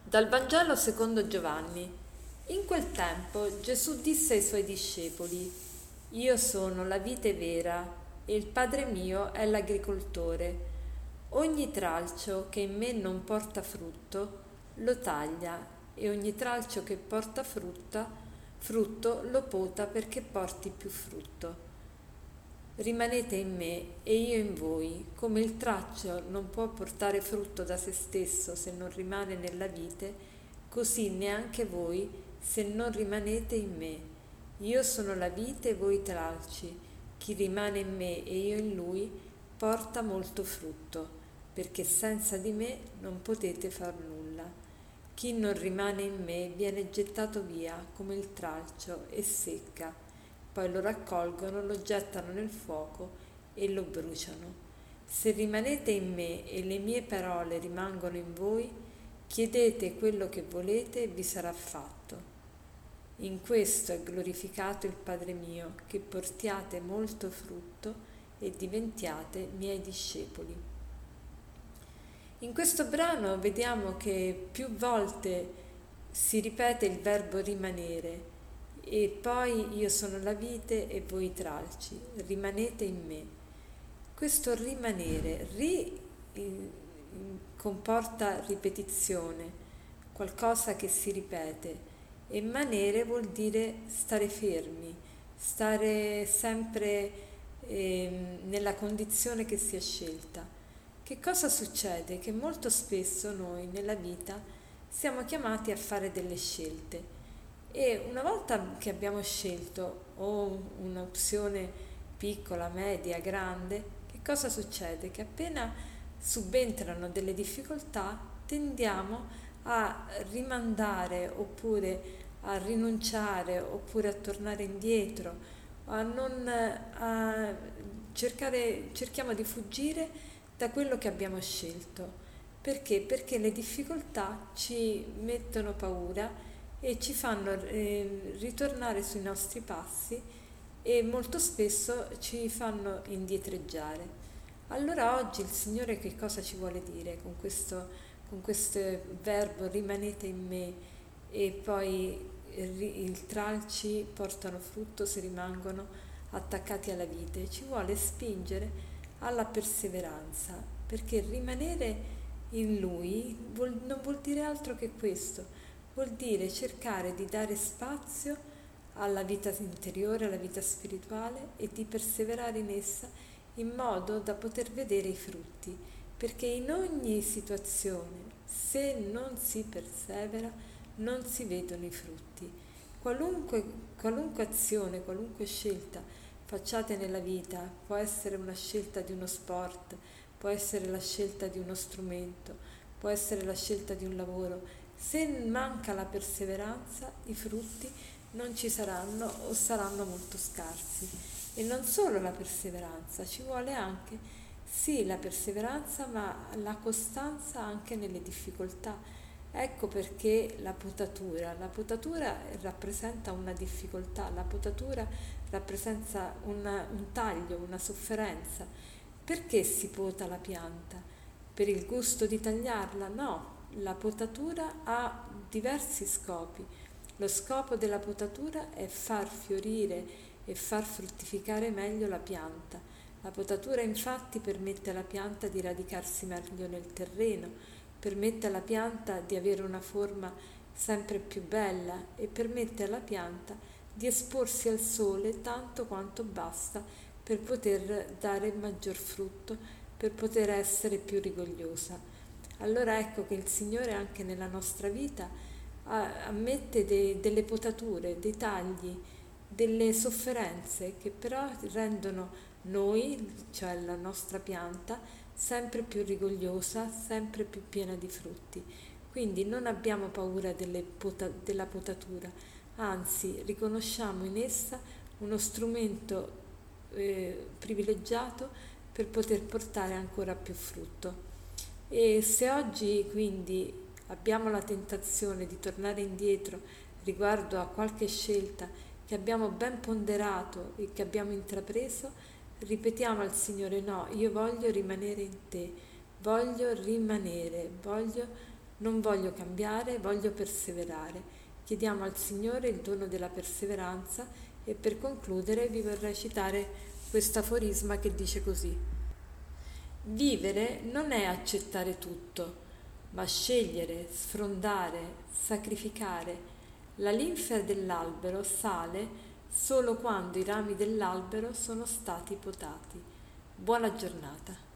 Dal Vangelo secondo Giovanni. In quel tempo Gesù disse ai suoi discepoli: Io sono la vite vera e il Padre mio è l'agricoltore. Ogni tralcio che in me non porta frutto lo taglia e ogni tralcio che porta frutto lo pota perché porti più frutto. Rimanete in me e io in voi, come il tralcio non può portare frutto da se stesso se non rimane nella vite, così neanche voi se non rimanete in me. Io sono la vite e voi i tralci. Chi rimane in me e io in lui porta molto frutto, perché senza di me non potete far nulla. Chi non rimane in me viene gettato via come il tralcio e secca. Poi lo raccolgono, lo gettano nel fuoco e lo bruciano. Se rimanete in me e le mie parole rimangono in voi, chiedete quello che volete e vi sarà fatto. In questo è glorificato il Padre mio, che portiate molto frutto e diventiate miei discepoli. In questo brano vediamo che più volte si ripete il verbo rimanere e poi io sono la vite e voi i tralci, rimanete in me. Questo rimanere comporta ripetizione, qualcosa che si ripete, e manere vuol dire stare fermi, stare sempre nella condizione che si è scelta. Che cosa succede? Che molto spesso noi nella vita siamo chiamati a fare delle scelte e una volta che abbiamo scelto o un'opzione piccola, media, grande, che cosa succede? Che appena subentrano delle difficoltà tendiamo a rimandare oppure a rinunciare oppure a tornare indietro, a non a cerchiamo di fuggire da quello che abbiamo scelto. Perché? Perché le difficoltà ci mettono paura e ci fanno ritornare sui nostri passi e molto spesso ci fanno indietreggiare. Allora oggi il Signore che cosa ci vuole dire con questo verbo rimanete in me e poi i tralci portano frutto se rimangono attaccati alla vite? Ci vuole spingere alla perseveranza, perché rimanere in Lui non vuol dire altro che questo, vuol dire cercare di dare spazio alla vita interiore, alla vita spirituale e di perseverare in essa in modo da poter vedere i frutti, perché in ogni situazione, se non si persevera, non si vedono i frutti. Qualunque azione, qualunque scelta facciate nella vita, può essere una scelta di uno sport, può essere la scelta di uno strumento, può essere la scelta di un lavoro, se manca la perseveranza, i frutti non ci saranno o saranno molto scarsi. E non solo la perseveranza, ci vuole anche, sì, la perseveranza, ma la costanza anche nelle difficoltà. Ecco perché la potatura rappresenta una difficoltà, la potatura rappresenta un taglio, una sofferenza. Perché si pota la pianta? Per il gusto di tagliarla? No, la potatura ha diversi scopi. Lo scopo della potatura è far fiorire e far fruttificare meglio la pianta. La potatura infatti permette alla pianta di radicarsi meglio nel terreno, permette alla pianta di avere una forma sempre più bella e permette alla pianta di esporsi al sole tanto quanto basta per poter dare maggior frutto, per poter essere più rigogliosa. Allora ecco che il Signore anche nella nostra vita ammette delle potature, dei tagli, delle sofferenze che però rendono noi, cioè la nostra pianta, sempre più rigogliosa, sempre più piena di frutti. Quindi non abbiamo paura della potatura, anzi riconosciamo in essa uno strumento privilegiato per poter portare ancora più frutto. E se oggi quindi abbiamo la tentazione di tornare indietro riguardo a qualche scelta che abbiamo ben ponderato e che abbiamo intrapreso, ripetiamo al Signore: no, io voglio rimanere in te, voglio rimanere, voglio Non voglio cambiare, voglio perseverare. Chiediamo al Signore il dono della perseveranza e per concludere vi vorrei citare questo aforisma che dice così: vivere non è accettare tutto, ma scegliere, sfrondare, sacrificare. La linfa dell'albero sale solo quando i rami dell'albero sono stati potati. Buona giornata.